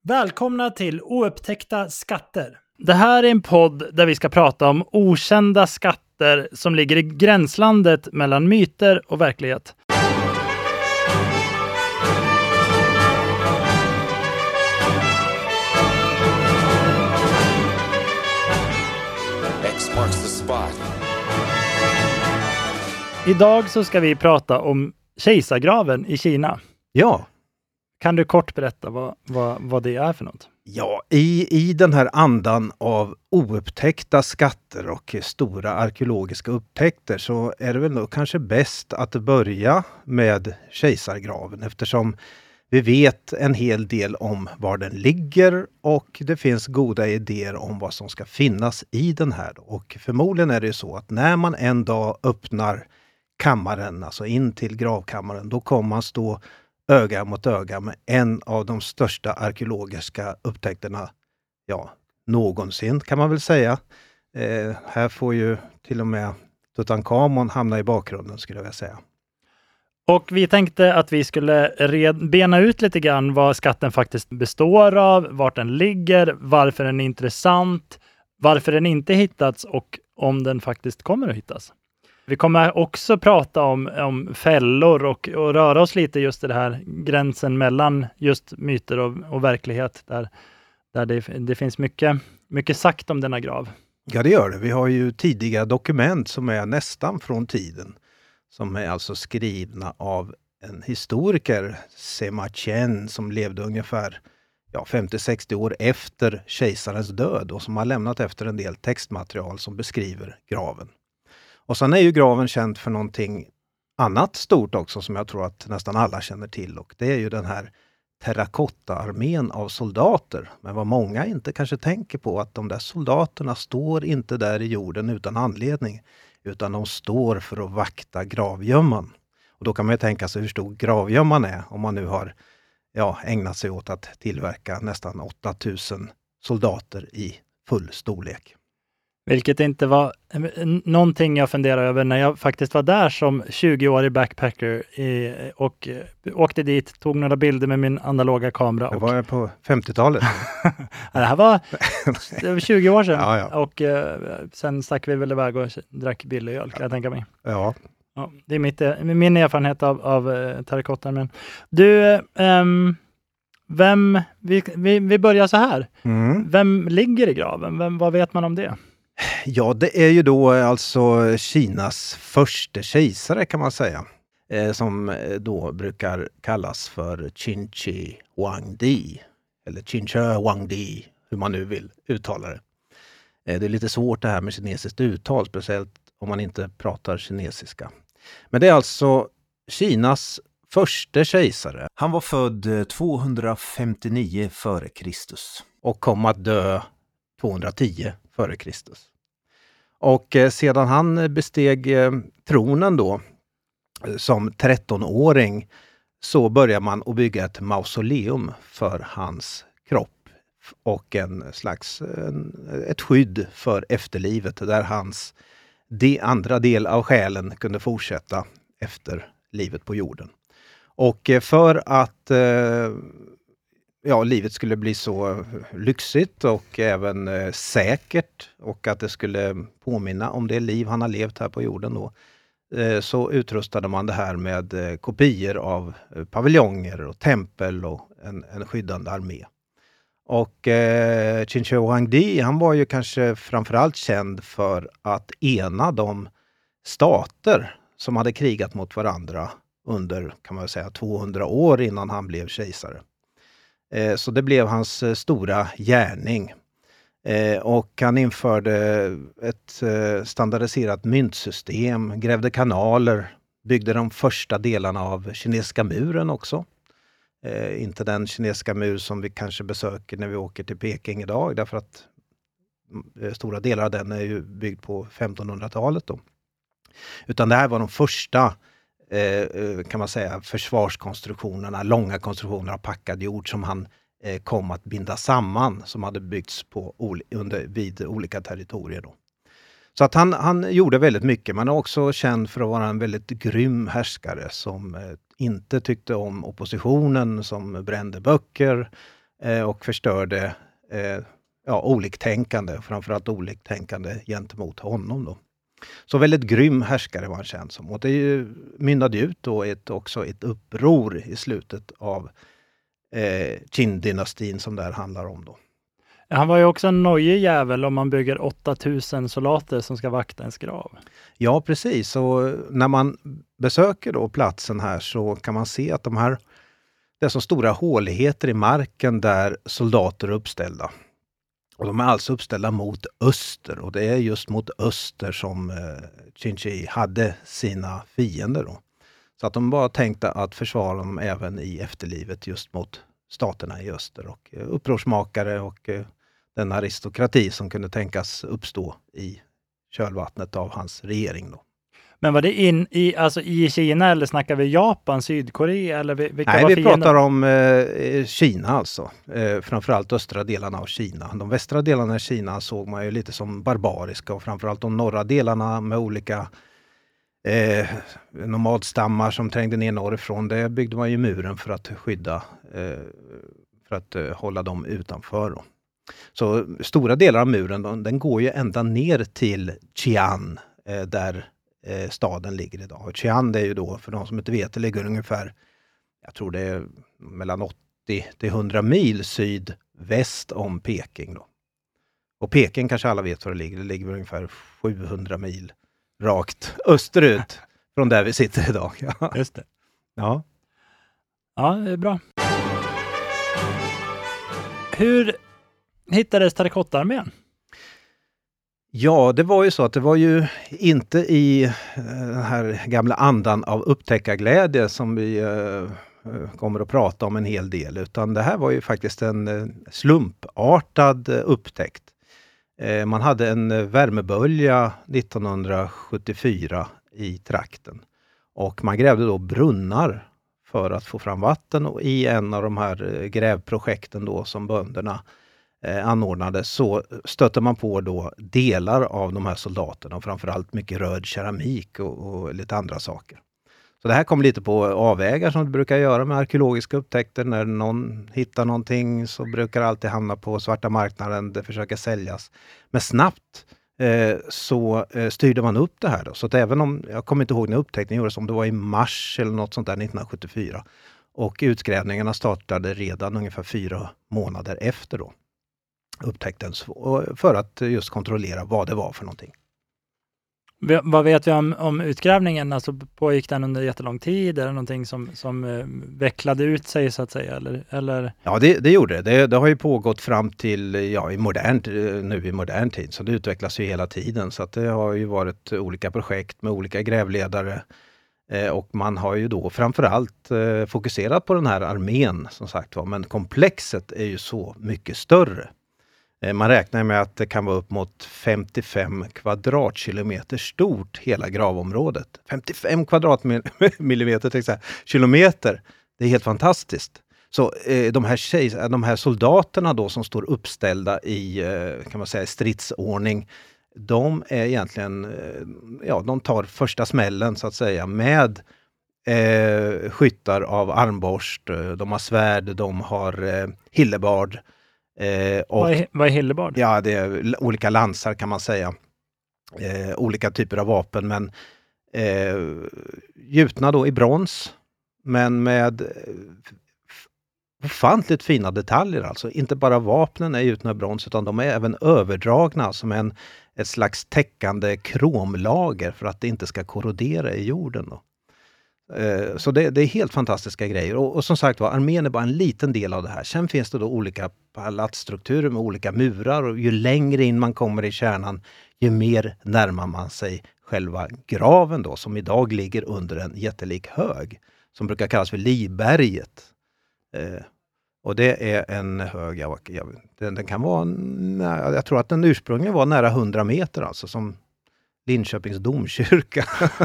Välkomna till Oupptäckta skatter. Det här är en podd där vi ska prata om okända skatter som ligger i gränslandet mellan myter och verklighet. X marks the spot. Idag så ska vi prata om kejsargraven i Kina. Ja. Kan du kort berätta vad det är för något? Ja, i den här andan av oupptäckta skatter och stora arkeologiska upptäckter så är det väl nog kanske bäst att börja med kejsargraven eftersom vi vet en hel del om var den ligger och det finns goda idéer om vad som ska finnas i den här. Och förmodligen är det så att när man en dag öppnar kammaren, alltså in till gravkammaren, då kommer man stå öga mot öga med en av de största arkeologiska upptäckterna någonsin kan man väl säga. Här får ju till och med Tutankhamon hamna i bakgrunden skulle jag vilja säga. Och vi tänkte att vi skulle bena ut lite grann vad skatten faktiskt består av, vart den ligger, varför den är intressant, varför den inte hittats och om den faktiskt kommer att hittas. Vi kommer också prata om fällor och röra oss lite just i det här gränsen mellan just myter och verklighet där det finns mycket sagt om denna grav. Ja, det gör det. Vi har ju tidiga dokument som är nästan från tiden. Som är alltså skrivna av en historiker, Sima Qian, som levde ungefär 50-60 år efter kejsarens död och som har lämnat efter en del textmaterial som beskriver graven. Och sen är ju graven känd för någonting annat stort också som jag tror att nästan alla känner till. Och det är ju den här terrakotta-armén av soldater. Men vad många inte kanske tänker på att de där soldaterna står inte där i jorden utan anledning. Utan de står för att vakta gravgömman. Och då kan man ju tänka sig hur stor gravgömman är om man nu har ägnat sig åt att tillverka nästan 8000 soldater i full storlek. Vilket inte var någonting jag funderade över när jag faktiskt var där som 20-årig backpacker och åkte dit, tog några bilder med min analoga kamera. Det var på 50-talet. Det här var 20 år sedan. Ja. Och sen stack vi väl iväg och drack billig öl, kan jag tänka mig. Ja. Ja, det är min erfarenhet av terrakottan. Men du, vi börjar så här. Vem ligger i graven? Vad vet man om det? Ja, det är ju då alltså Kinas första kejsare kan man säga. Som då brukar kallas för Qin Shi Huangdi. Eller Qin Shi Huangdi, hur man nu vill uttala det. Det är lite svårt det här med kinesiskt uttal, speciellt om man inte pratar kinesiska. Men det är alltså Kinas första kejsare. Han var född 259 före Kristus. Och kom att dö 210 före Kristus. Och sedan han besteg tronen då som 13-åring så börjar man att bygga ett mausoleum för hans kropp och ett skydd för efterlivet där hans andra del av själen kunde fortsätta efter livet på jorden. Och för att livet skulle bli så lyxigt och även säkert och att det skulle påminna om det liv han har levt här på jorden då, så utrustade man det här med kopior av paviljonger och tempel och en skyddande armé. Och Qin Shi Huangdi, han var ju kanske framförallt känd för att ena de stater som hade krigat mot varandra under, kan man säga, 200 år innan han blev kejsare. Så det blev hans stora gärning. Och han införde ett standardiserat myntsystem, grävde kanaler, byggde de första delarna av kinesiska muren också. Inte den kinesiska mur som vi kanske besöker när vi åker till Peking idag, därför att stora delar av den är ju byggd på 1500-talet då. Utan det här var de första kan man säga försvarskonstruktionerna, långa konstruktioner av packad jord som han kom att binda samman, som hade byggts vid olika territorier då. Så att han gjorde väldigt mycket, men också känd för att vara en väldigt grym härskare som inte tyckte om oppositionen, som brände böcker, och förstörde oliktänkande, framförallt oliktänkande gentemot honom då. Så väldigt grym härskare var han känd som. Och det mynnade ut då också ett uppror i slutet av Qin-dynastin som det här handlar om då. Han var ju också en nojig jävel om man bygger 8000 soldater som ska vakta ens grav. Ja, precis. Och när man besöker då platsen här så kan man se att det är så stora håligheter i marken där soldater är uppställda. Och de är alltså uppställda mot öster, och det är just mot öster som Qin Shi hade sina fiender då. Så att de bara tänkte att försvara dem även i efterlivet just mot staterna i öster och upprorsmakare och den aristokrati som kunde tänkas uppstå i kölvattnet av hans regering då. Men var det i Kina, eller snackar vi Japan, Sydkorea eller vilka? Nej, var vi fienden? pratar om Kina alltså. Framförallt östra delarna av Kina. De västra delarna av Kina såg man ju lite som barbariska, och framförallt de norra delarna med olika nomadstammar som trängde ner norrifrån. Det byggde man ju muren för att skydda, för att hålla dem utanför då. Så stora delar av muren, den går ju ända ner till Xi'an, där staden ligger idag. Och Xi'an, det är ju då, för de som inte vet, det ligger ungefär, jag tror det är mellan 80 till 100 mil sydväst om Peking då. Och Peking kanske alla vet var det ligger. Det ligger ungefär 700 mil rakt österut från där vi sitter idag. Ja. Just det. Ja. Ja, det är bra. Hur hittades terrakottararmén? Ja, det var ju så att det var ju inte i den här gamla andan av upptäckarglädje som vi kommer att prata om en hel del, utan det här var ju faktiskt en slumpartad upptäckt. Man hade en värmebölja 1974 i trakten, och man grävde då brunnar för att få fram vatten, och i en av de här grävprojekten då som bönderna anordnade så stötte man på då delar av de här soldaterna, och framförallt mycket röd keramik och lite andra saker. Så det här kom lite på avvägar som det brukar göra med arkeologiska upptäckter. När någon hittar någonting så brukar det alltid hamna på svarta marknaden, det försöker säljas. Men snabbt så styrde man upp det här då. Så att även om, jag kommer inte ihåg när upptäckningen gjordes, om det var i mars eller något sånt där 1974. Och utgrävningarna startade redan ungefär 4 månader efter då upptäckten, för att just kontrollera vad det var för någonting. Vad vet vi om utgrävningen? Alltså, pågick den under jättelång tid? Är det någonting som vecklade ut sig så att säga? Eller? Ja, det gjorde det. Det har ju pågått fram till i modern tid. Så det utvecklas ju hela tiden. Så att det har ju varit olika projekt med olika grävledare. Och man har ju då framförallt fokuserat på den här armén som sagt var. Men komplexet är ju så mycket större. Man räknar med att det kan vara upp mot 55 kvadratkilometer stort hela gravområdet. 55 kvadratmillimeter till exempel. Kilometer. Det är helt fantastiskt. Så de här soldaterna då som står uppställda i kan man säga stridsordning, de är egentligen, de tar första smällen så att säga med skyttar av armborst, de har svärd, de har hillebard. Vad är hillebard? Ja, det är olika lansar kan man säga. Olika typer av vapen, men gjutna då i brons, men med ofantligt fina detaljer alltså. Inte bara vapnen är gjutna i brons, utan de är även överdragna som ett slags täckande kromlager för att det inte ska korrodera i jorden då. Så det är helt fantastiska grejer. Och som sagt var, armén är bara en liten del av det här. Sen finns det då olika palatsstrukturer med olika murar, och ju längre in man kommer i kärnan, ju mer närmar man sig själva graven då, som idag ligger under en jättelik hög som brukar kallas för Livberget. Och det är en hög, den kan vara, jag tror att den ursprungligen var nära 100 meter, alltså som Linköpings domkyrka.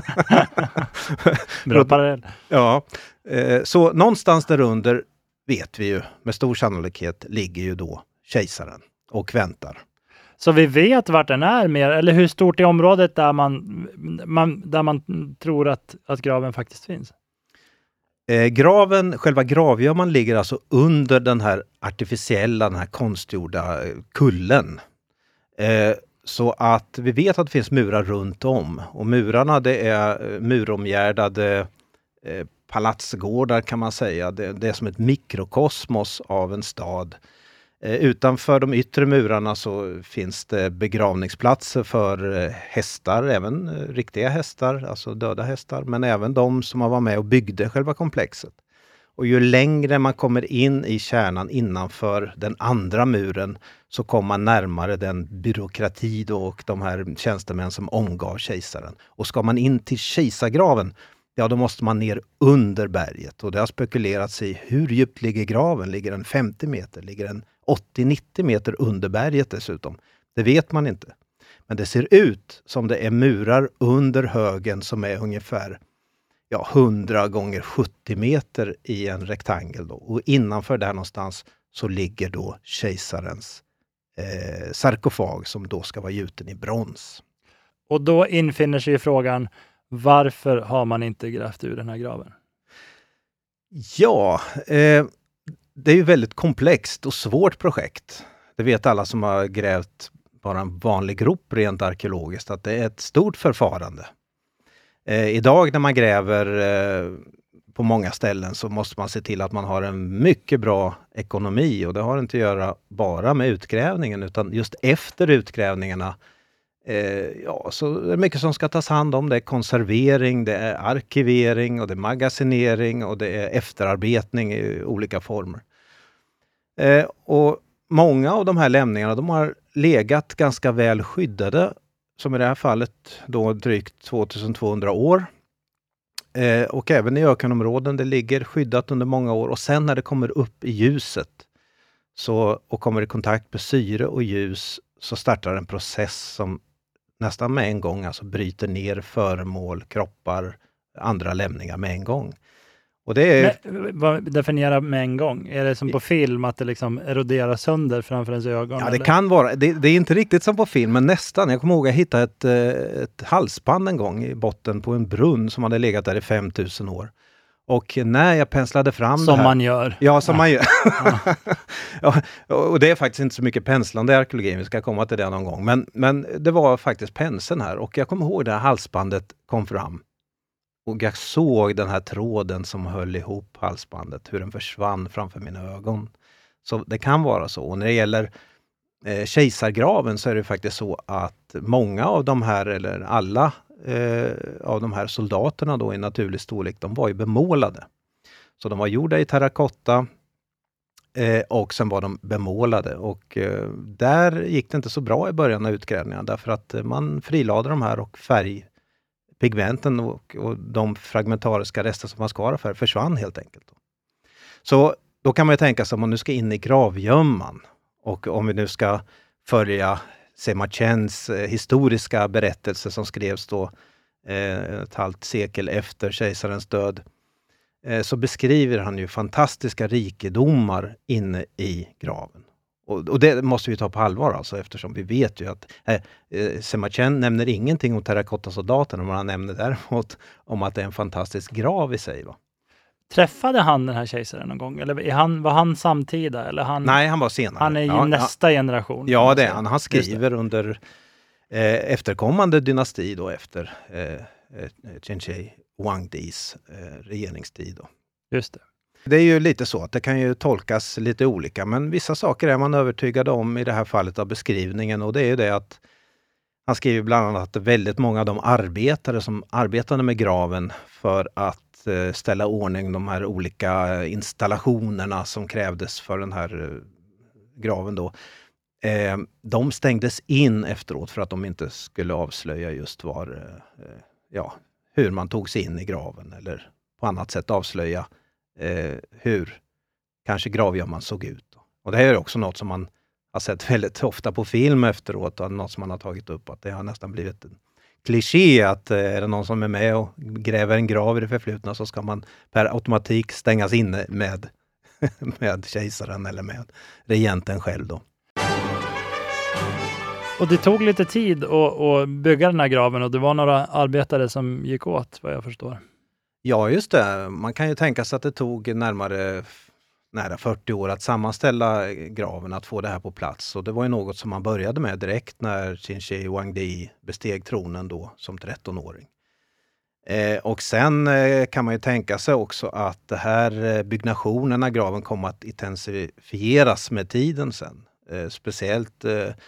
Bra parallell. Ja, så någonstans där under vet vi ju med stor sannolikhet ligger ju då kejsaren och väntar. Så vi vet vart den är mer, eller hur stort är området där man tror att graven faktiskt finns? Graven, själva gravgömman ligger alltså under den här artificiella, den här konstgjorda kullen. Så att vi vet att det finns murar runt om. Och murarna, det är muromgärdade palatsgårdar kan man säga. Det är som ett mikrokosmos av en stad. Utanför de yttre murarna så finns det begravningsplatser för hästar, även riktiga hästar, alltså döda hästar, men även de som har varit med och byggde själva komplexet. Och ju längre man kommer in i kärnan innanför den andra muren så kommer man närmare den byråkrati då och de här tjänstemän som omgav kejsaren. Och ska man in till kejsargraven, ja då måste man ner under berget. Och det har spekulerats i hur djupt ligger graven. Ligger den 50 meter? Ligger den 80-90 meter under berget dessutom? Det vet man inte. Men det ser ut som det är murar under högen som är ungefär 100 gånger 70 meter i en rektangel. Då. Och innanför där någonstans så ligger då kejsarens sarkofag som då ska vara gjuten i brons. Och då infinner sig frågan, varför har man inte grävt ur den här graven? Ja, det är ju väldigt komplext och svårt projekt. Det vet alla som har grävt bara en vanlig grop rent arkeologiskt, att det är ett stort förfarande. Idag när man gräver på många ställen så måste man se till att man har en mycket bra ekonomi, och det har inte att göra bara med utgrävningen utan just efter utgrävningarna. Så det är mycket som ska tas hand om. Det är konservering, det är arkivering och det är magasinering och det är efterarbetning i olika former. Och många av de här lämningarna, de har legat ganska väl skyddade, som i det här fallet då drygt 2200 år. Och även i ökenområden, det ligger skyddat under många år, och sen när det kommer upp i ljuset och kommer i kontakt med syre och ljus så startar en process som nästan med en gång alltså bryter ner föremål, kroppar, andra lämningar med en gång. Och det är... Vad definierar med en gång? Är det som på film att det liksom eroderar sönder framför ens ögon? Ja, det eller? kan vara. Det är inte riktigt som på film, men nästan. Jag kommer ihåg att jag hittade ett halsband en gång i botten på en brunn som hade legat där i 5000 år. Och när jag penslade fram som det här... man gör. Ja, som man gör. Ja, och det är faktiskt inte så mycket penslande i arkeologin. Vi ska komma till det någon gång. Men det var faktiskt penseln här. Och jag kommer ihåg det här halsbandet kom fram. Och jag såg den här tråden som höll ihop halsbandet. Hur den försvann framför mina ögon. Så det kan vara så. Och när det gäller kejsargraven så är det faktiskt så att många av de här, eller alla av de här soldaterna då i naturlig storlek, de var ju bemålade. Så de var gjorda i terrakotta och sen var de bemålade. Och där gick det inte så bra i början av utgrävningarna därför att man frilade de här och färgpigmenten och de fragmentariska rester som man skar för försvann helt enkelt. Så då kan man ju tänka sig om man nu ska in i gravgömman och om vi nu ska följa Semachens historiska berättelse som skrevs då ett halvt sekel efter kejsarens död, så beskriver han ju fantastiska rikedomar inne i graven. Och det måste vi ta på allvar alltså, eftersom vi vet ju att Semachen nämner ingenting om terrakottasoldaterna, men han nämner däremot om att det är en fantastisk grav i sig. Va? Träffade han den här kejsaren någon gång? Eller var han samtida? Eller Nej, han var senare. Han är ju nästa generation. Ja, det är han. Han skriver under efterkommande dynasti då efter Chenchey Wangdis regeringstid. Då. Just det. Det är ju lite så att det kan ju tolkas lite olika, men vissa saker är man övertygad om i det här fallet av beskrivningen, och det är ju det att han skriver bland annat att väldigt många av de arbetare som arbetade med graven för att ställa ordning de här olika installationerna som krävdes för den här graven då. De stängdes in efteråt för att de inte skulle avslöja just hur man tog sig in i graven eller på annat sätt avslöja hur kanske gravgömman såg ut. Och det här är också något som man har sett väldigt ofta på film efteråt, och något som man har tagit upp, att det har nästan blivit en kliché att är det någon som är med och gräver en grav i det förflutna så ska man per automatik stängas inne med kejsaren eller med regenten själv då. Och det tog lite tid att bygga den här graven, och det var några arbetare som gick åt, vad jag förstår. Ja, just det. Man kan ju tänka sig att det tog nära 40 år att sammanställa graven, att få det här på plats. Och det var ju något som man började med direkt när Qin Shi Huangdi besteg tronen då som 13-åring. Och sen kan man ju tänka sig också att det här byggnationen av graven kom att intensifieras med tiden sen. Speciellt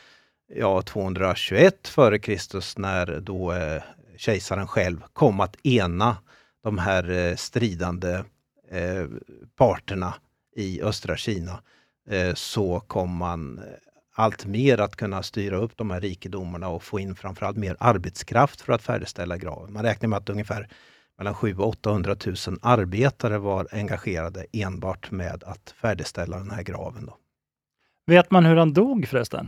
221 före Kristus när då kejsaren själv kom att ena de här stridande parterna i östra Kina, så kom man allt mer att kunna styra upp de här rikedomarna och få in framförallt mer arbetskraft för att färdigställa graven. Man räknar med att ungefär mellan 700 och 800 000 arbetare var engagerade enbart med att färdigställa den här graven då. Vet man hur han dog förresten?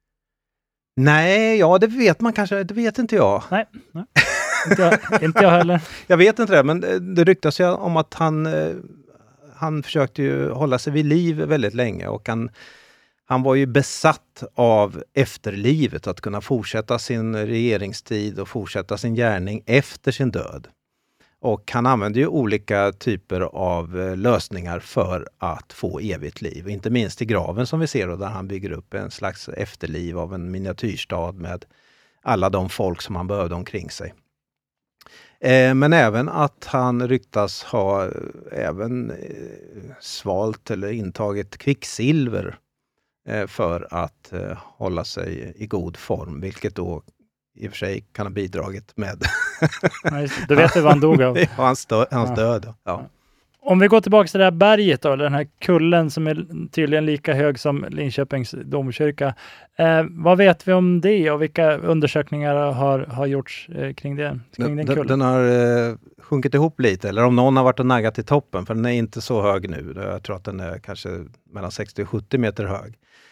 Nej, det vet man kanske, det vet inte jag. Nej. Inte jag heller. Jag vet inte det, men det ryktas ju om att han försökte ju hålla sig vid liv väldigt länge, och han var ju besatt av efterlivet, att kunna fortsätta sin regeringstid och fortsätta sin gärning efter sin död. Och han använde ju olika typer av lösningar för att få evigt liv. Inte minst i graven som vi ser då, där han bygger upp en slags efterliv av en miniatyrstad med alla de folk som han behövde omkring sig. Men även att han ryktas ha även svalt eller intagit kvicksilver för att hålla sig i god form, vilket då i och för sig kan ha bidragit med Du vet vad han dog av. hans död. Ja. Om vi går tillbaka till det här berget då, eller den här kullen som är tydligen lika hög som Linköpings domkyrka. Vad vet vi om det och vilka undersökningar har gjorts kring den kullen? Den har sjunkit ihop lite, eller om någon har varit och naggat i toppen, för den är inte så hög nu. Jag tror att den är kanske mellan 60 och 70 meter hög.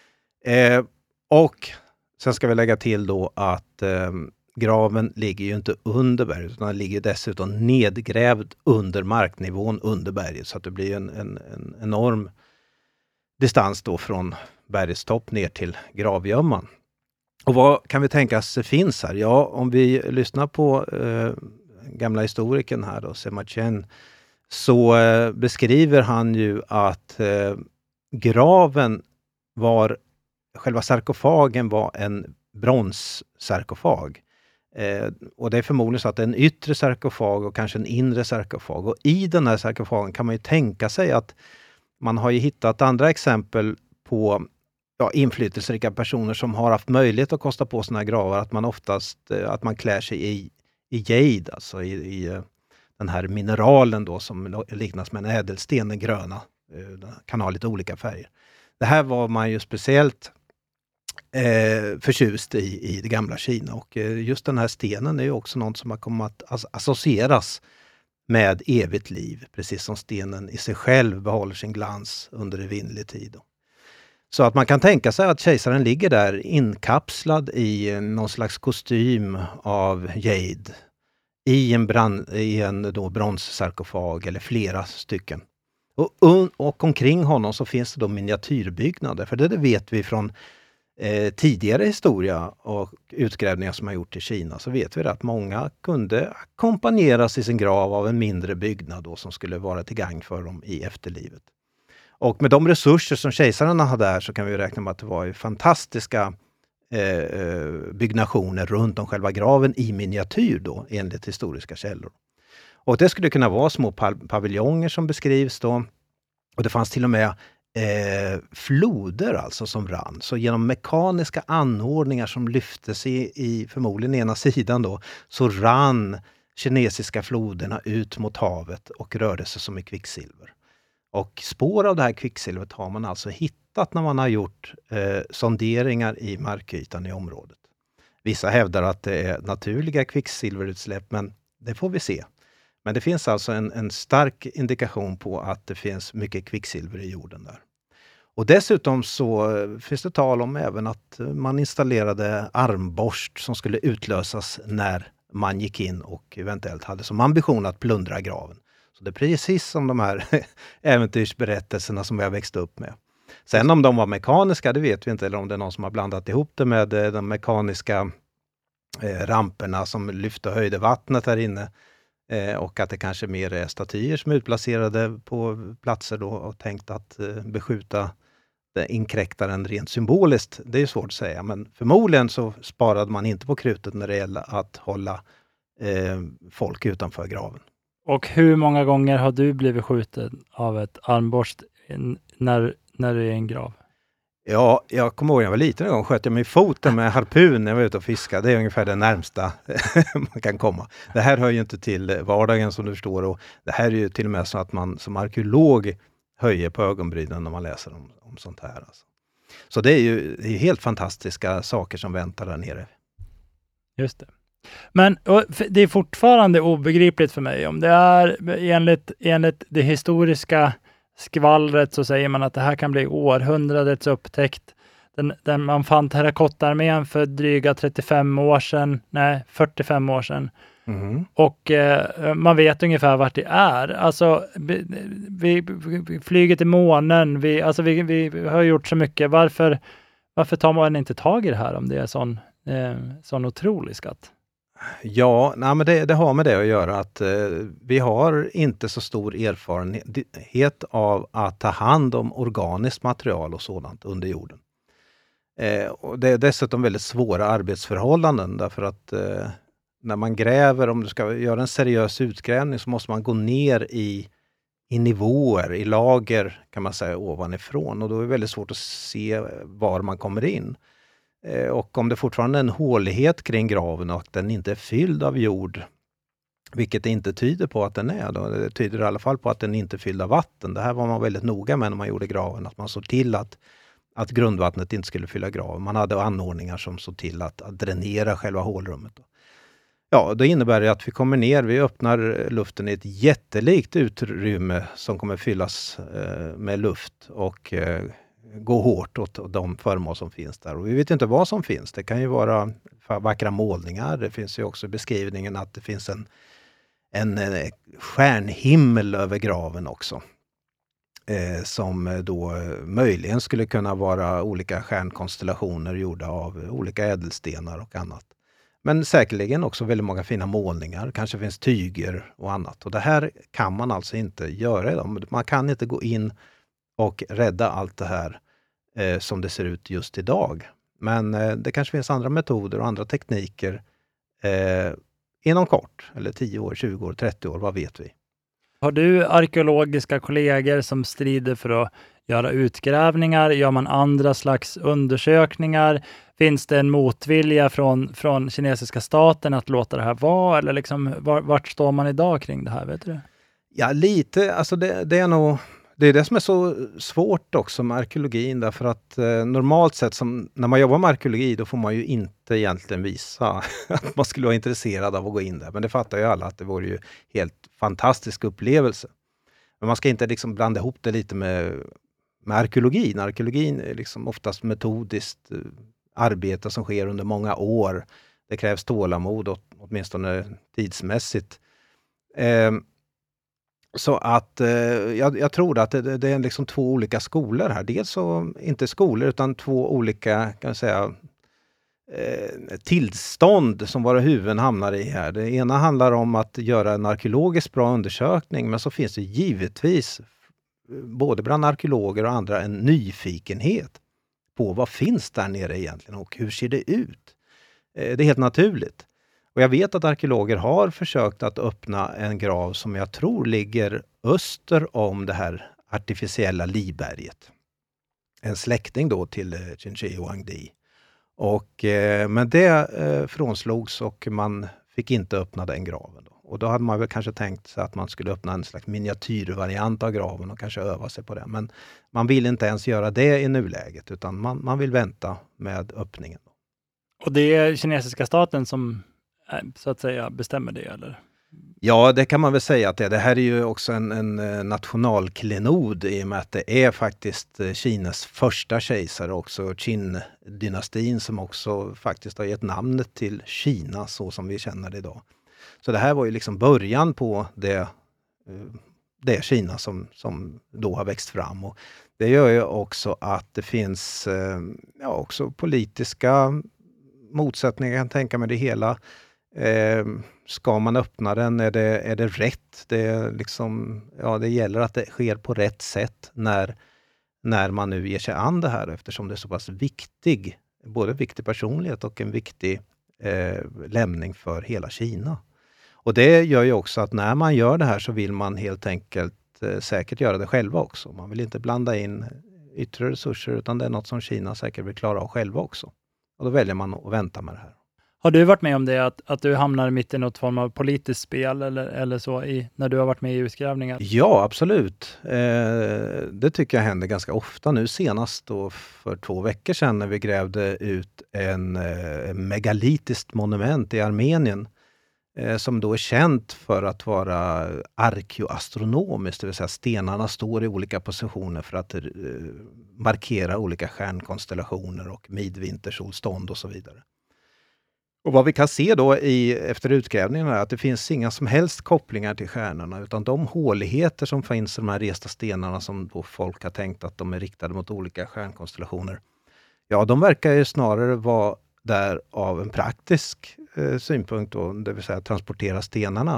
Och sen ska vi lägga till då att graven ligger ju inte under berget, utan den ligger dessutom nedgrävd under marknivån under berget, så att det blir en enorm distans då från bergets topp ner till gravgömman. Och vad kan vi tänka oss finns här? Ja, om vi lyssnar på gamla historikern här då, Sima Qian, så beskriver han ju att graven själva sarkofagen var en bronssarkofag. Och det är förmodligen så att det är en yttre sarkofag och kanske en inre sarkofag. Och i den här sarkofagen kan man ju tänka sig att man har ju hittat andra exempel på inflytelserika personer som har haft möjlighet att kosta på sina gravar, att man klär sig i jade, alltså i den här mineralen då som liknas med en ädelsten, den gröna. Den kan ha lite olika färger. Det här var man ju speciellt förtjust i det gamla Kina, och just den här stenen är ju också något som har kommit att associeras med evigt liv, precis som stenen i sig själv behåller sin glans under evinnerlig tid. Så att man kan tänka sig att kejsaren ligger där inkapslad i någon slags kostym av jade i en bronssarkofag eller flera stycken. Och omkring honom så finns det då miniatyrbyggnader, för det vet vi från tidigare historia och utgrävningar som har gjort i Kina, så vet vi att många kunde ackompanjeras i sin grav av en mindre byggnad då, som skulle vara till gagn för dem i efterlivet. Och med de resurser som kejsarna hade där, så kan vi räkna med att det var fantastiska byggnationer runt om själva graven i miniatyr då, enligt historiska källor. Och det skulle kunna vara små paviljonger som beskrivs då, och det fanns till och med floder alltså som rann. Så genom mekaniska anordningar som lyftes i förmodligen ena sidan då, så rann kinesiska floderna ut mot havet och rörde sig som i kvicksilver. Och spår av det här kvicksilvret har man alltså hittat när man har gjort sonderingar i markytan i området. Vissa hävdar att det är naturliga kvicksilverutsläpp, men det får vi se. Men det finns alltså en stark indikation på att det finns mycket kvicksilver i jorden där. Och dessutom så finns det tal om även att man installerade armborst som skulle utlösas när man gick in och eventuellt hade som ambition att plundra graven. Så det är precis som de här äventyrsberättelserna som vi har växt upp med. Sen om de var mekaniska, det vet vi inte, eller om det är någon som har blandat ihop det med de mekaniska ramperna som lyfte och höjde vattnet här inne. Och att det kanske mer är statyer som är utplacerade på platser då och tänkt att beskjuta inkräktaren rent symboliskt. Det är svårt att säga, men förmodligen så sparade man inte på krutet när det gäller att hålla folk utanför graven. Och hur många gånger har du blivit skjuten av ett armborst när du är i en grav? Ja, jag kommer ihåg när jag var liten en gång sköt jag mig i foten med harpun när jag var ute och fiskade. Det är ungefär det närmsta man kan komma. Det här hör ju inte till vardagen som du förstår, och det här är ju till och med så att man som arkeolog höjer på ögonbrynen när man läser om sånt här. Alltså. Så det är helt fantastiska saker som väntar där nere. Just det. Men det är fortfarande obegripligt för mig. Om det är enligt det historiska skvallret så säger man att det här kan bli århundradets upptäckt. Man fann terrakottarmén för dryga 45 år sedan, nej 45 år sedan. Mm. Och man vet ungefär vart det är. Alltså vi flyger till månen, vi har gjort så mycket. Varför tar man inte tag i det här om det är sån otrolig skatt? Ja, men det har med det att göra att vi har inte så stor erfarenhet av att ta hand om organiskt material och sådant under jorden. Och det är dessutom väldigt svåra arbetsförhållanden därför att när man gräver, om du ska göra en seriös utgrävning så måste man gå ner i nivåer, i lager kan man säga ovanifrån, och då är det väldigt svårt att se var man kommer in. Och om det fortfarande är en hålighet kring graven och den inte är fylld av jord, vilket det inte tyder på att den är då, det tyder i alla fall på att den inte är fylld av vatten. Det här var man väldigt noga med när man gjorde graven, att man såg till att grundvattnet inte skulle fylla graven. Man hade anordningar som såg till att dränera själva hålrummet. Ja, det innebär det att vi kommer ner, vi öppnar luften i ett jättelikt utrymme som kommer fyllas med luft och gå hårt åt de föremål som finns där. Och vi vet inte vad som finns. Det kan ju vara vackra målningar. Det finns ju också beskrivningen att det finns en stjärnhimmel över graven också. Som då möjligen skulle kunna vara olika stjärnkonstellationer gjorda av olika ädelstenar och annat. Men säkerligen också väldigt många fina målningar. Kanske finns tyger och annat. Och det här kan man alltså inte göra idag. Man kan inte gå in och rädda allt det här som det ser ut just idag. Men det kanske finns andra metoder och andra tekniker inom kort. Eller 10 år, 20 år, 30 år, vad vet vi? Har du arkeologiska kollegor som strider för att göra utgrävningar? Gör man andra slags undersökningar? Finns det en motvilja från kinesiska staten att låta det här vara? Eller liksom, vart står man idag kring det här, vet du? Ja, lite. Alltså det är nog... Det är det som är så svårt också med arkeologin, därför att normalt sett när man jobbar med arkeologi då får man ju inte egentligen visa att man skulle vara intresserad av att gå in där. Men det fattar ju alla att det vore ju helt fantastisk upplevelse. Men man ska inte liksom blanda ihop det lite med arkeologin. Arkeologin är liksom oftast metodiskt arbete som sker under många år. Det krävs tålamod, åtminstone tidsmässigt. Så att jag tror att det är liksom 2 olika skolor här. Dels så, inte skolor utan 2 olika, kan jag säga, tillstånd som våra huvuden hamnar i här. Det ena handlar om att göra en arkeologiskt bra undersökning, men så finns det givetvis både bland arkeologer och andra en nyfikenhet på vad finns där nere egentligen och hur ser det ut. Det är helt naturligt. Och jag vet att arkeologer har försökt att öppna en grav som jag tror ligger öster om det här artificiella Liberget. En släkting då till Qinshi Huangdi. Men det frånslogs och man fick inte öppna den graven. Då. Och då hade man väl kanske tänkt sig att man skulle öppna en slags miniatyrvariant av graven och kanske öva sig på det. Men man vill inte ens göra det i nuläget, utan man vill vänta med öppningen. Då. Och det är kinesiska staten som så att säga bestämmer det, eller? Ja, det kan man väl säga att det här är ju också en nationalklenod i och med att det är faktiskt Kinas första kejsare, också Qin-dynastin, som också faktiskt har gett namnet till Kina så som vi känner det idag. Så det här var ju liksom början på det Kina som då har växt fram, och det gör ju också att det finns också politiska motsättningar, jag kan tänka mig det hela. Ska man öppna den? Är det rätt? Det är liksom, ja, det gäller att det sker på rätt sätt när man nu ger sig an det här, eftersom det är så pass viktig, både viktig personlighet och en viktig lämning för hela Kina. Och det gör ju också att när man gör det här så vill man helt enkelt säkert göra det själva också. Man vill inte blanda in yttre resurser, utan det är något som Kina säkert vill klara av själva också. Och då väljer man att vänta med det här. Har du varit med om det, att du hamnar mitt i något form av politiskt spel eller så när du har varit med i utgrävningar? Ja, absolut. Det tycker jag händer ganska ofta. Nu senast då för 2 veckor sedan när vi grävde ut en megalitiskt monument i Armenien som då är känt för att vara arkeoastronomiskt, det vill säga stenarna står i olika positioner för att markera olika stjärnkonstellationer och midvintersolstånd och så vidare. Och vad vi kan se då efter utgrävningen är att det finns inga som helst kopplingar till stjärnorna, utan de håligheter som finns i de här resta stenarna som då folk har tänkt att de är riktade mot olika stjärnkonstellationer, ja, de verkar ju snarare vara där av en praktisk synpunkt då, det vill säga transportera stenarna.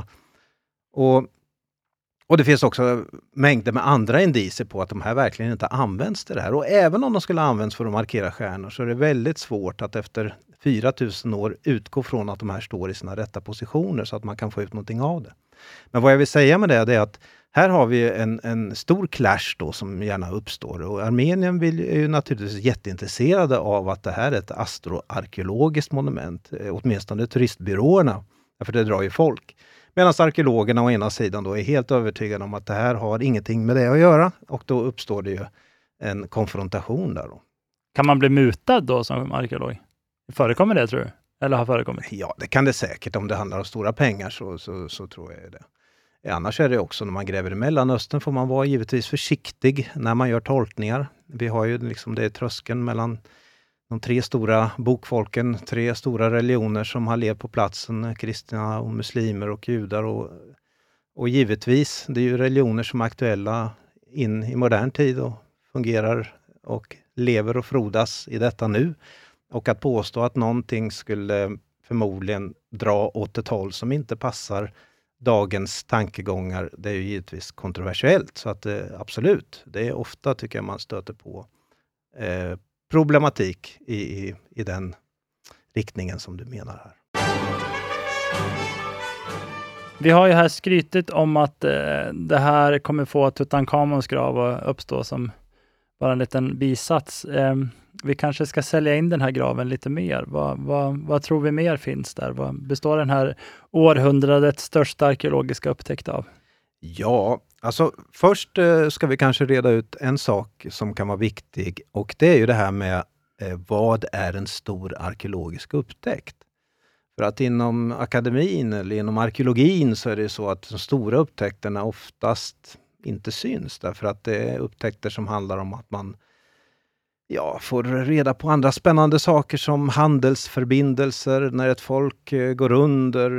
Och det finns också mängder med andra indicier på att de här verkligen inte används till det här. Och även om de skulle användas för att markera stjärnor så är det väldigt svårt att efter 4000 år utgå från att de här står i sina rätta positioner så att man kan få ut någonting av det. Men vad jag vill säga med det är att här har vi en stor clash då som gärna uppstår. Och Armenien är ju naturligtvis jätteintresserade av att det här är ett astroarkeologiskt monument. Åtminstone turistbyråerna, för det drar ju folk. Medan arkeologerna å ena sidan då är helt övertygade om att det här har ingenting med det att göra. Och då uppstår det ju en konfrontation där då. Kan man bli mutad då som arkeolog? Förekommer det, tror du? Eller har förekommit? Ja, det kan det säkert. Om det handlar om stora pengar så tror jag det. Annars är det också när man gräver i Mellanöstern får man vara givetvis försiktig när man gör tolkningar. Vi har ju liksom det tröskeln mellan de 3 stora bokfolken, 3 stora religioner som har levt på platsen, kristna och muslimer och judar. Och givetvis, det är ju religioner som är aktuella in i modern tid och fungerar och lever och frodas i detta nu. Och att påstå att någonting skulle förmodligen dra åt ett håll som inte passar dagens tankegångar, det är ju givetvis kontroversiellt. Så att absolut, det är ofta tycker jag man stöter på problematik i den riktningen som du menar här. Vi har ju här skrytit om att det här kommer få Tutankhamons grav att uppstå som bara en liten bisats. Vi kanske ska sälja in den här graven lite mer. Vad tror vi mer finns där? Vad består den här århundradets största arkeologiska upptäckt av? Ja, alltså först ska vi kanske reda ut en sak som kan vara viktig, och det är ju det här med vad är en stor arkeologisk upptäckt? För att inom akademin eller inom arkeologin så är det så att de stora upptäckterna oftast inte syns, därför att det är upptäckter som handlar om att man får reda på andra spännande saker som handelsförbindelser, när ett folk går under,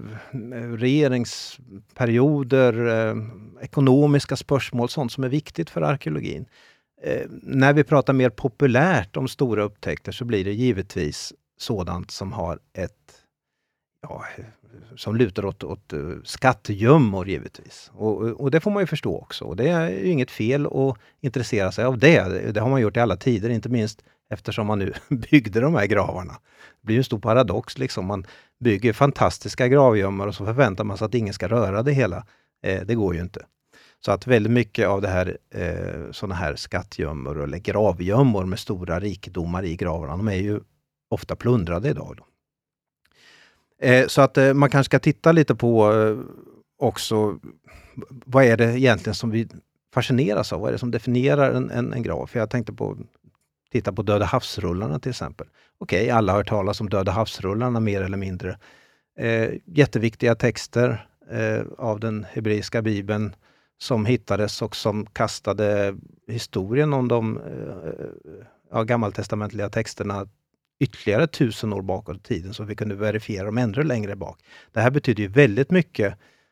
regeringsperioder, ekonomiska spörsmål, sånt som är viktigt för arkeologin. När vi pratar mer populärt om stora upptäckter så blir det givetvis sådant som har som lutar åt skattgömmor givetvis. Och det får man ju förstå också. Och det är ju inget fel att intressera sig av det. Det har man gjort i alla tider, inte minst eftersom man nu byggde de här gravarna. Det blir ju en stor paradox liksom. Man bygger fantastiska gravgömmor och så förväntar man sig att ingen ska röra det hela. Det går ju inte. Så att väldigt mycket av det här sådana här skattgömmor eller gravgömmor med stora rikedomar i gravarna, de är ju ofta plundrade idag då. Så att man kanske ska titta lite på också vad är det egentligen som vi fascineras av? Vad är det som definierar en grav? För jag tänkte titta på Döda havsrullarna till exempel. Okej, alla har hört talas om Döda havsrullarna mer eller mindre. Jätteviktiga texter av den hebreiska bibeln som hittades och som kastade historien om de gammaltestamentliga texterna ytterligare 1000 år bakåt i tiden, så vi kunde verifiera dem ännu längre bak. Det här betyder ju väldigt mycket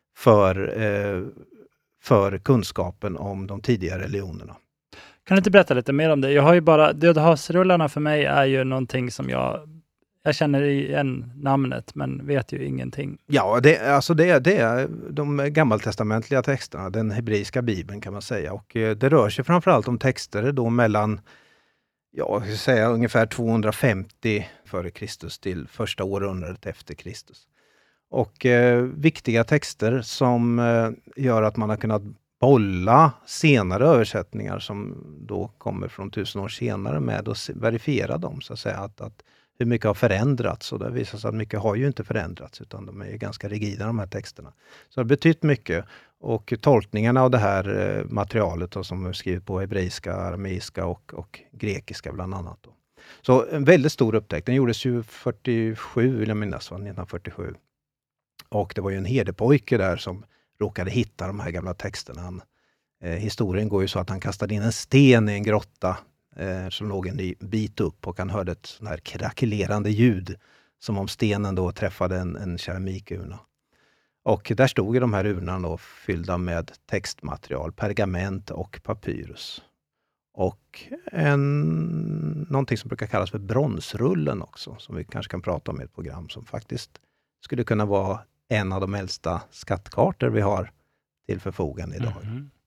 för kunskapen om de tidigare religionerna. Kan du inte berätta lite mer om det? Jag har ju bara, Döda havsrullarna för mig är ju någonting som jag Jag känner igen namnet men vet ju ingenting. Ja, det är de gammaltestamentliga texterna, den hebreiska bibeln kan man säga. Och det rör sig framförallt om texter då mellan, jag ska säga ungefär 250 före Kristus till första århundradet efter Kristus. Och viktiga texter som gör att man har kunnat bolla senare översättningar som då kommer från 1000 år senare med och verifiera dem, så att säga, att hur mycket har förändrats, och det visar sig att mycket har ju inte förändrats utan de är ganska rigida de här texterna. Så det har betytt mycket, och tolkningarna av det här materialet då, som är skrivet på hebreiska, arameiska och grekiska bland annat. Då. Så en väldigt stor upptäckt, den gjordes ju 47 vill jag minnas, 1947. Och det var ju en herdepojke där som råkade hitta de här gamla texterna. Historien går ju så att han kastade in en sten i en grotta som låg en bit upp, och han hörde ett sån här krackelerande ljud som om stenen då träffade en keramikurna. Och där stod ju de här urnorna då fyllda med textmaterial, pergament och papyrus. Och någonting som brukar kallas för bronsrullen också, som vi kanske kan prata om i ett program, som faktiskt skulle kunna vara en av de äldsta skattkartor vi har till förfogande idag.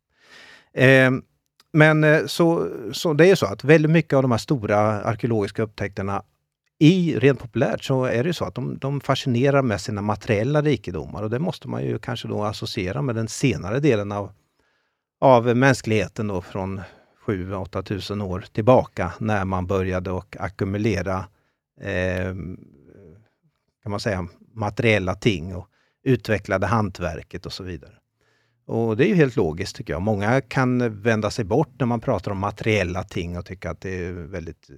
Men så det är så att väldigt mycket av de här stora arkeologiska upptäckterna rent populärt så är det ju så att de fascinerar med sina materiella rikedomar, och det måste man ju kanske då associera med den senare delen av mänskligheten då, från 7-8 tusen år tillbaka, när man började att ackumulera kan man säga materiella ting och utvecklade hantverket och så vidare. Och det är ju helt logiskt tycker jag. Många kan vända sig bort när man pratar om materiella ting och tycka att det är väldigt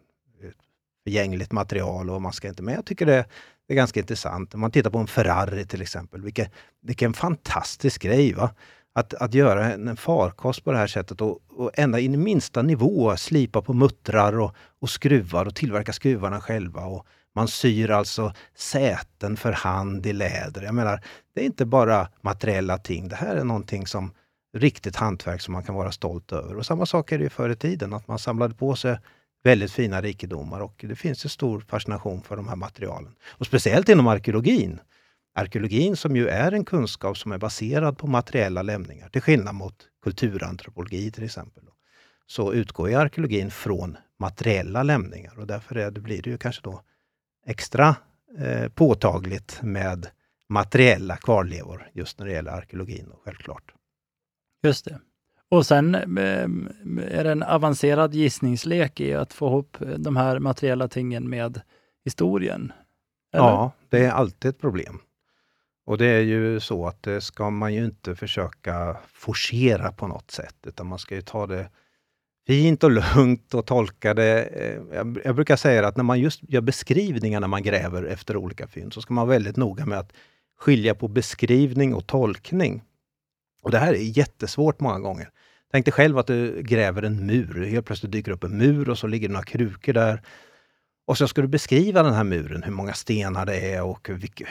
förgängligt material och man ska inte med. Jag tycker det är ganska intressant. Om man tittar på en Ferrari till exempel, vilken fantastisk grej, va? Att göra en farkost på det här sättet och ända in i minsta nivå slipa på muttrar och skruvar och tillverka skruvarna själva, och man syr alltså säten för hand i läder. Jag menar, det är inte bara materiella ting. Det här är någonting som riktigt hantverk som man kan vara stolt över. Och samma sak är det ju förr i tiden, att man samlade på sig väldigt fina rikedomar, och det finns en stor fascination för de här materialen. Och speciellt inom arkeologin. Arkeologin som ju är en kunskap som är baserad på materiella lämningar, till skillnad mot kulturantropologi till exempel. Så utgår ju arkeologin från materiella lämningar, och därför blir det ju kanske då extra påtagligt med materiella kvarlevor just när det gäller arkeologin, självklart. Just det. Och sen är det en avancerad gissningslek i att få ihop de här materiella tingen med historien. Eller? Ja, det är alltid ett problem. Och det är ju så att det ska man ju inte försöka forcera på något sätt, utan man ska ju ta det fint och lugnt och tolka det. Jag brukar säga att när man just gör beskrivningar när man gräver efter olika fynd, så ska man vara väldigt noga med att skilja på beskrivning och tolkning. Och det här är jättesvårt många gånger. Tänk dig själv att du gräver en mur. Helt plötsligt dyker upp en mur och så ligger det några krukor där. Och så ska du beskriva den här muren, hur många stenar det är och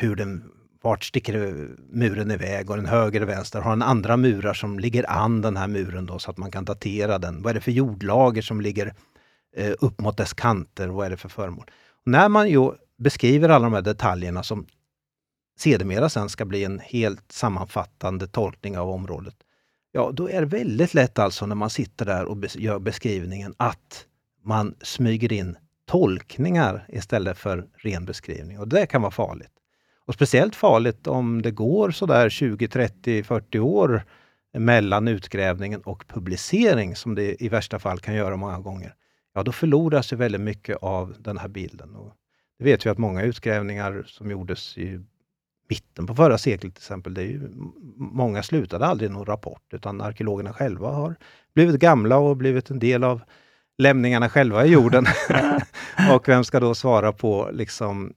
vart sticker muren iväg, och den höger och vänster har den andra murar som ligger an den här muren då, så att man kan datera den. Vad är det för jordlager som ligger upp mot dess kanter? Vad är det för föremål? Och när man ju beskriver alla de här detaljerna som sedermera sen ska bli en helt sammanfattande tolkning av området, ja, då är det väldigt lätt alltså när man sitter där och gör beskrivningen att man smyger in tolkningar istället för ren beskrivning, och det kan vara farligt. Och speciellt farligt om det går sådär 20, 30, 40 år mellan utgrävningen och publicering, som det i värsta fall kan göra många gånger. Ja, då förloras ju väldigt mycket av den här bilden. Och det vet vi att många utgrävningar som gjordes i mitten på förra seklet till exempel, det är ju, många slutade aldrig någon rapport, utan arkeologerna själva har blivit gamla och blivit en del av lämningarna själva i jorden. Och vem ska då svara på liksom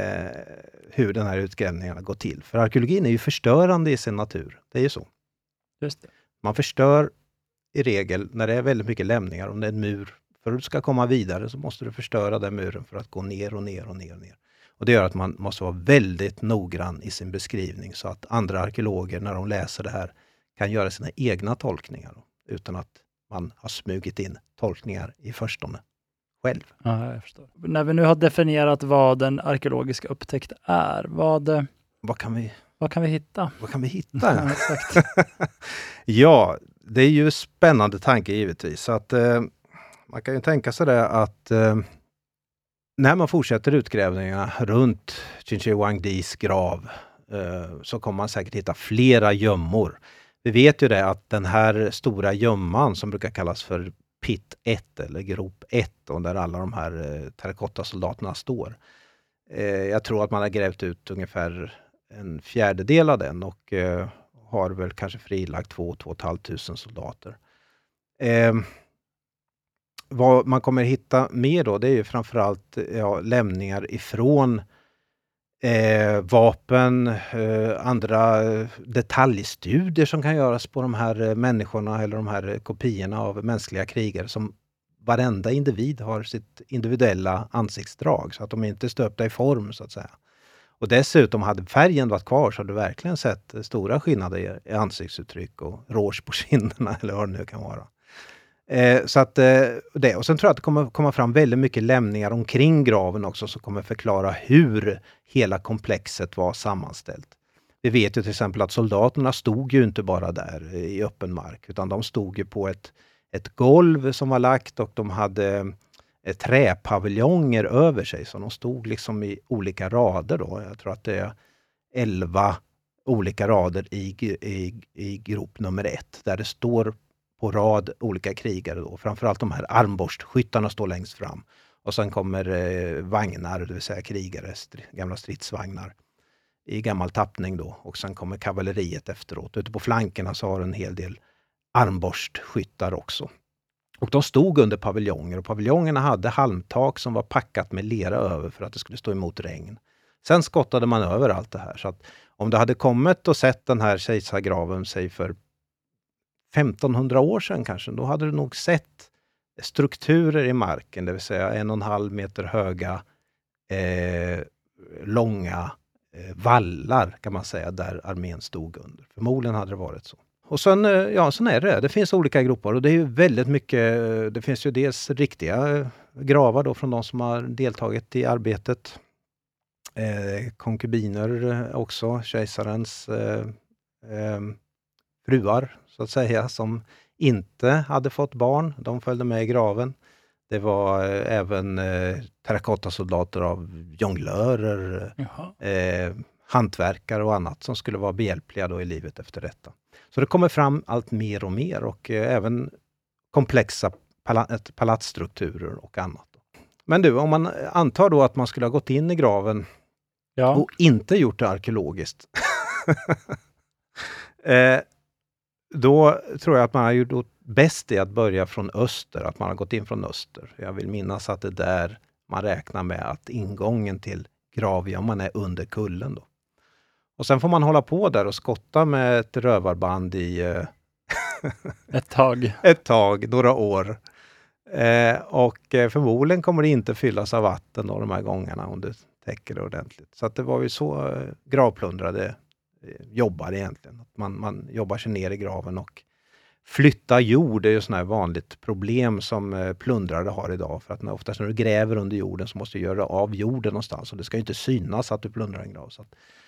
hur den här utgrävningarna går till? För arkeologin är ju förstörande i sin natur. Det är ju så. Just det. Man förstör i regel när det är väldigt mycket lämningar. Om det är en mur, för att du ska komma vidare så måste du förstöra den muren för att gå ner och ner och ner och ner. Och det gör att man måste vara väldigt noggrann i sin beskrivning, så att andra arkeologer när de läser det här kan göra sina egna tolkningar utan att man har smugit in tolkningar i förstone själv. Ja, jag förstår. När vi nu har definierat vad en arkeologisk upptäckt är, Vad kan vi hitta? Vad kan vi hitta? Ja, exakt. Ja, det är ju spännande tanke givetvis. Så att, man kan ju tänka sig det att när man fortsätter utgrävningarna runt Chinchi Huangdis grav så kommer man säkert hitta flera gömmor. Vi vet ju det att den här stora gömman som brukar kallas för Pit 1 eller Grop 1 och där alla de här terrakottasoldaterna står. Jag tror att man har grävt ut ungefär en fjärdedel av den och har väl kanske frilagt 2 500 soldater. Vad man kommer hitta mer då, det är ju framförallt lämningar ifrån vapen, andra detaljstudier som kan göras på de här människorna eller de här kopiorna av mänskliga krigare som varenda individ har sitt individuella ansiktsdrag så att de inte är stöpta i form så att säga. Och dessutom hade färgen varit kvar så hade du verkligen sett stora skillnader i ansiktsuttryck och rouge på kinderna eller vad det nu kan vara. Så att det. Och sen tror jag att det kommer komma fram väldigt mycket lämningar omkring graven också som kommer förklara hur hela komplexet var sammanställt. Vi vet ju till exempel att soldaterna stod ju inte bara där i öppen mark utan de stod ju på ett golv som var lagt och de hade träpaviljonger över sig så de stod liksom i olika rader då. Jag tror att det är 11 olika rader i grop nummer 1 där det står på rad olika krigare då. Framförallt de här armborstskyttarna står längst fram. Och sen kommer vagnar, det vill säga krigare, gamla stridsvagnar i gammal tappning då. Och sen kommer kavalleriet efteråt. Ute på flankerna så har en hel del armborstskyttar också. Och de stod under paviljonger och paviljongerna hade halmtak som var packat med lera över för att det skulle stå emot regn. Sen skottade man över allt det här. Så att om du hade kommit och sett den här kejsargraven sig för 1500 år sedan kanske, då hade du nog sett strukturer i marken, det vill säga 1,5 meter höga långa vallar kan man säga, där armén stod under. Förmodligen hade det varit så. Och sen, sen är det. Det finns olika gropar och det är ju väldigt mycket, det finns ju dels riktiga gravar då från de som har deltagit i arbetet. Konkubiner också, kejsarens fruar så att säga, som inte hade fått barn. De följde med i graven. Det var även terrakottasoldater av jonglörer, hantverkare och annat som skulle vara behjälpliga då i livet efter detta. Så det kommer fram allt mer och mer och även komplexa palatsstrukturer och annat. Men du, om man antar då att man skulle ha gått in i graven och inte gjort det arkeologiskt. Då tror jag att man har gjort bäst i att börja från öster, att man har gått in från öster. Jag vill minnas att det där man räknar med att ingången till gravgömman är under kullen då. Och sen får man hålla på där och skotta med ett rövarband i ett tag, några år. Och förmodligen kommer det inte fyllas av vatten då de här gångerna om det täcker det ordentligt. Så att det var ju så gravplundrade jobbar egentligen. Att man jobbar sig ner i graven och flytta jord är ju sådana här vanligt problem som plundrare har idag. För att oftast när du gräver under jorden så måste du göra av jorden någonstans. Och det ska ju inte synas att du plundrar en grav.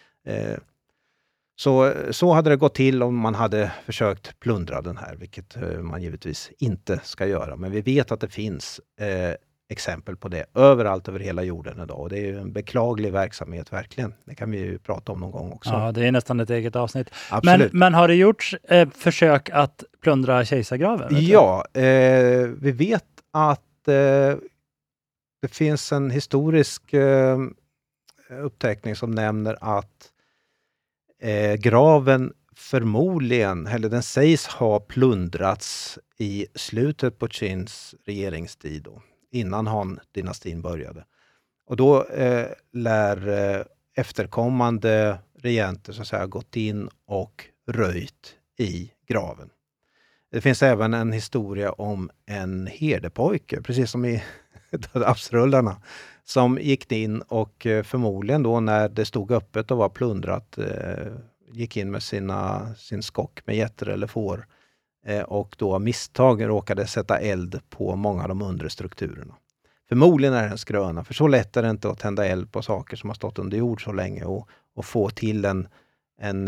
Så hade det gått till om man hade försökt plundra den här. Vilket man givetvis inte ska göra. Men vi vet att det finns exempel på det överallt över hela jorden idag. Och det är ju en beklaglig verksamhet verkligen. Det kan vi ju prata om någon gång också. Ja, det är nästan ett eget avsnitt. Absolut. Men har det gjorts försök att plundra kejsargraven? Ja, vi vet att det finns en historisk uppteckning som nämner att graven förmodligen, eller den sägs ha plundrats i slutet på Qins regeringstid då, innan Han-dynastin började. Och då lär efterkommande regenter så att säga gått in och röjt i graven. Det finns även en historia om en herdepojke, precis som i Absrullarna, som gick in och förmodligen då när det stod öppet och var plundrat gick in med sin skock med getter eller får och då av misstag råkade sätta eld på många av de undre strukturerna. Förmodligen är det en skröna, för så lätt är det inte att tända eld på saker som har stått under jord så länge och få till en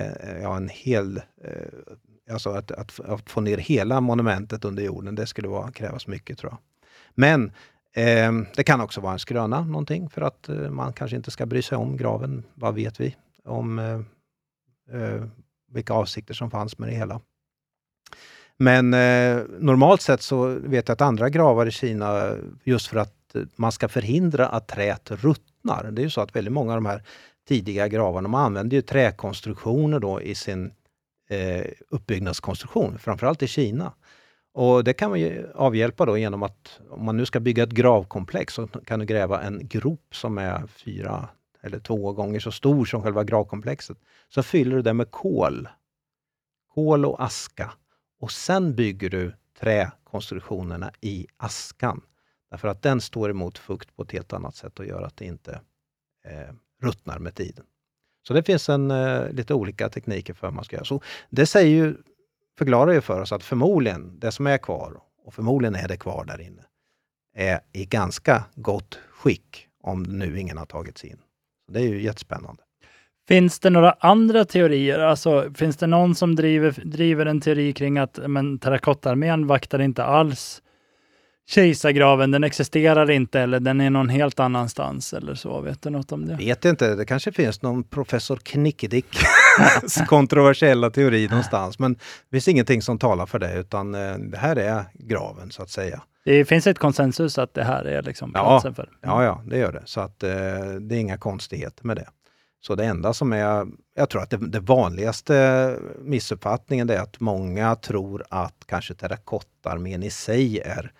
hel, alltså att få ner hela monumentet under jorden, det skulle krävas mycket, tror jag. Men det kan också vara en skröna någonting, för att man kanske inte ska bry sig om graven. Vad vet vi om vilka avsikter som fanns med det hela? Men normalt sett så vet jag att andra gravar i Kina, just för att man ska förhindra att träet ruttnar. Det är ju så att väldigt många av de här tidiga gravarna, man använder ju träkonstruktioner då i sin uppbyggnadskonstruktion, framförallt i Kina. Och det kan man ju avhjälpa då genom att, om man nu ska bygga ett gravkomplex, så kan du gräva en grop som är 4 eller 2 gånger så stor som själva gravkomplexet. Så fyller du det med kol och aska. Och sen bygger du träkonstruktionerna i askan. Därför att den står emot fukt på ett helt annat sätt och gör att det inte ruttnar med tiden. Så det finns lite olika tekniker för hur man ska göra. Så det förklarar ju för oss att förmodligen det som är kvar, och förmodligen är det kvar där inne, är i ganska gott skick, om nu ingen har tagit sig in. Så det är ju jättespännande. Finns det några andra teorier? Alltså, finns det någon som driver en teori kring att terrakottarmén vaktar inte alls kejsargraven, den existerar inte, eller den är någon helt annanstans eller så? Vet du något om det? Vet inte, det kanske finns någon professor Knickedick kontroversiella teori någonstans, men det finns ingenting som talar för det, utan det här är graven, så att säga. Det finns ett konsensus att det här är liksom platsen för. Ja, det gör det. Så att det är inga konstigheter med det. Så det enda som jag tror att det vanligaste missuppfattningen är att många tror att kanske terrakottarmén i sig är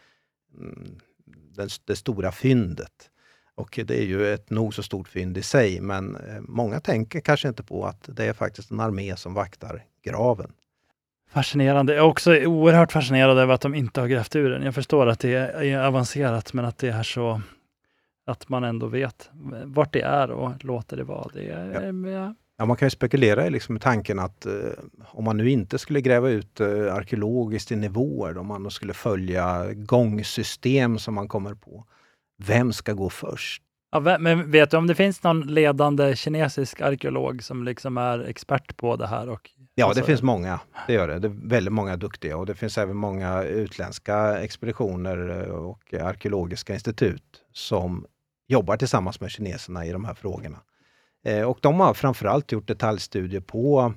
det stora fyndet. Och det är ju ett nog så stort fynd i sig, men många tänker kanske inte på att det är faktiskt en armé som vaktar graven. Fascinerande. Jag är också oerhört fascinerad över att de inte har grävt ur den. Jag förstår att det är avancerat, men att det är så att man ändå vet vart det är och låter det vara. Ja, man kan ju spekulera i liksom tanken att om man nu inte skulle gräva ut arkeologiskt i nivåer, om man då skulle följa gångsystem som man kommer på, vem ska gå först? Ja, men vet du om det finns någon ledande kinesisk arkeolog som liksom är expert på det här? Ja, det finns många. Det gör det. Det är väldigt många duktiga, och det finns även många utländska expeditioner och arkeologiska institut som jobbar tillsammans med kineserna i de här frågorna. Och de har framförallt gjort detaljstudier på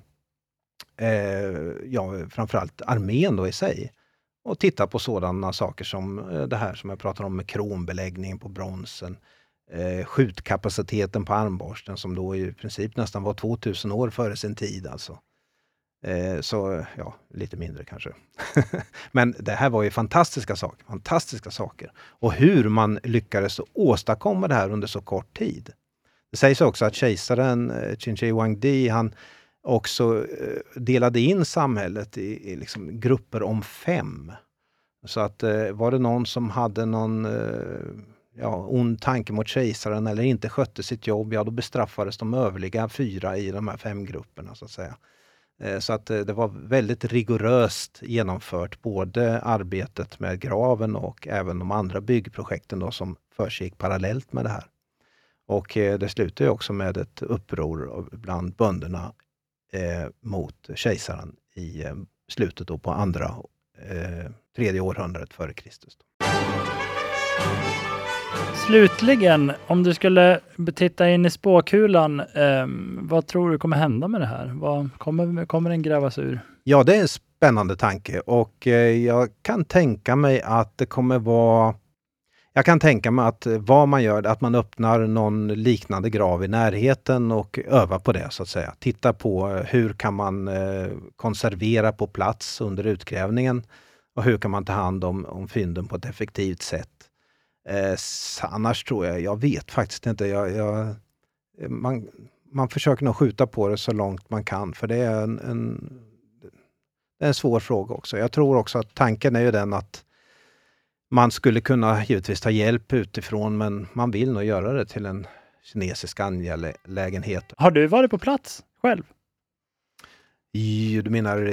framförallt armén då i sig. Och tittar på sådana saker som det här som jag pratar om med kronbeläggningen på bronsen. Skjutkapaciteten på armborsten som då i princip nästan var 2000 år före sin tid alltså. Så ja, lite mindre kanske. Men det här var ju fantastiska saker. Och hur man lyckades åstadkomma det här under så kort tid. Det sägs också att kejsaren Qin Shi Huangdi, han också delade in samhället i liksom grupper om 5. Så att var det någon som hade någon ond tanke mot kejsaren eller inte skötte sitt jobb, då bestraffades de övriga 4 i de här 5 grupperna, så att säga. Så att det var väldigt rigoröst genomfört, både arbetet med graven och även de andra byggprojekten då som försiggick parallellt med det här. Och det slutar ju också med ett uppror bland bönderna mot kejsaren i slutet då på tredje århundradet före Kristus. Slutligen, om du skulle titta in i spåkulan, vad tror du kommer hända med det här? Vad kommer den grävas ur? Ja, det är en spännande tanke, och jag kan tänka mig att det kommer vara... Jag kan tänka mig att vad man gör, att man öppnar någon liknande grav i närheten och övar på det, så att säga. Titta på hur kan man konservera på plats under utgrävningen, och hur kan man ta hand om fynden på ett effektivt sätt. Annars tror jag vet faktiskt inte. Man försöker nog skjuta på det så långt man kan, för det är en svår fråga också. Jag tror också att tanken är ju den att man skulle kunna givetvis ta hjälp utifrån, men man vill nog göra det till en kinesisk angelägenhet. Har du varit på plats själv? Du menar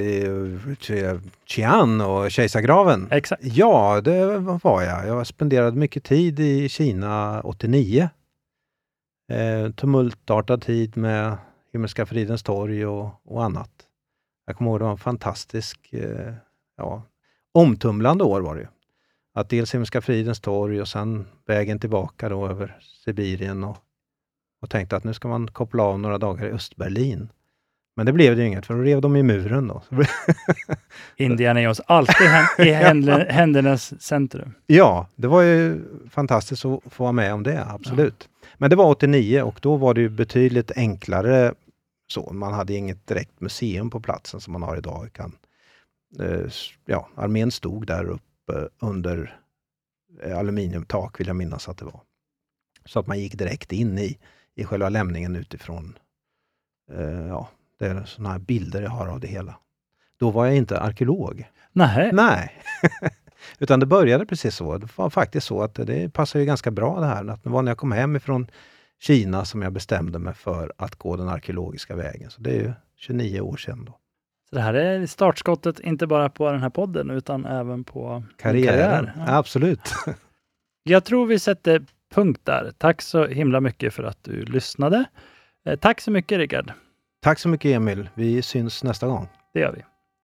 Qian och kejsargraven? Exakt. Ja, det var jag. Jag spenderade mycket tid i Kina 89. Tumultartad tid med Himmelska fridens torg och annat. Jag kommer ihåg det var en fantastisk, omtumlande år var det ju. Att dels Himmelska fridens torg och sen vägen tillbaka då över Sibirien och tänkte att nu ska man koppla av några dagar i Östberlin. Men det blev det ju inget, för då rev de i muren då. Indien är oss alltid i händernas centrum. Ja, det var ju fantastiskt att få vara med om det, absolut. Ja. Men det var 89 och då var det ju betydligt enklare så. Man hade inget direkt museum på platsen som man har idag. Armén stod där uppe under aluminiumtak, vill jag minnas att det var. Så att man gick direkt in i själva lämningen utifrån. Det är sådana här bilder jag har av det hela. Då var jag inte arkeolog. Nej. Utan det började precis så. Det var faktiskt så att det passar ju ganska bra det här. Att det var när jag kom hem ifrån Kina som jag bestämde mig för att gå den arkeologiska vägen. Så det är ju 29 år sedan då. Så det här är startskottet inte bara på den här podden utan även på karriären. Ja. Absolut. Jag tror vi sätter punkt där. Tack så himla mycket för att du lyssnade. Tack så mycket, Rickard. Tack så mycket, Emil. Vi syns nästa gång. Det gör vi.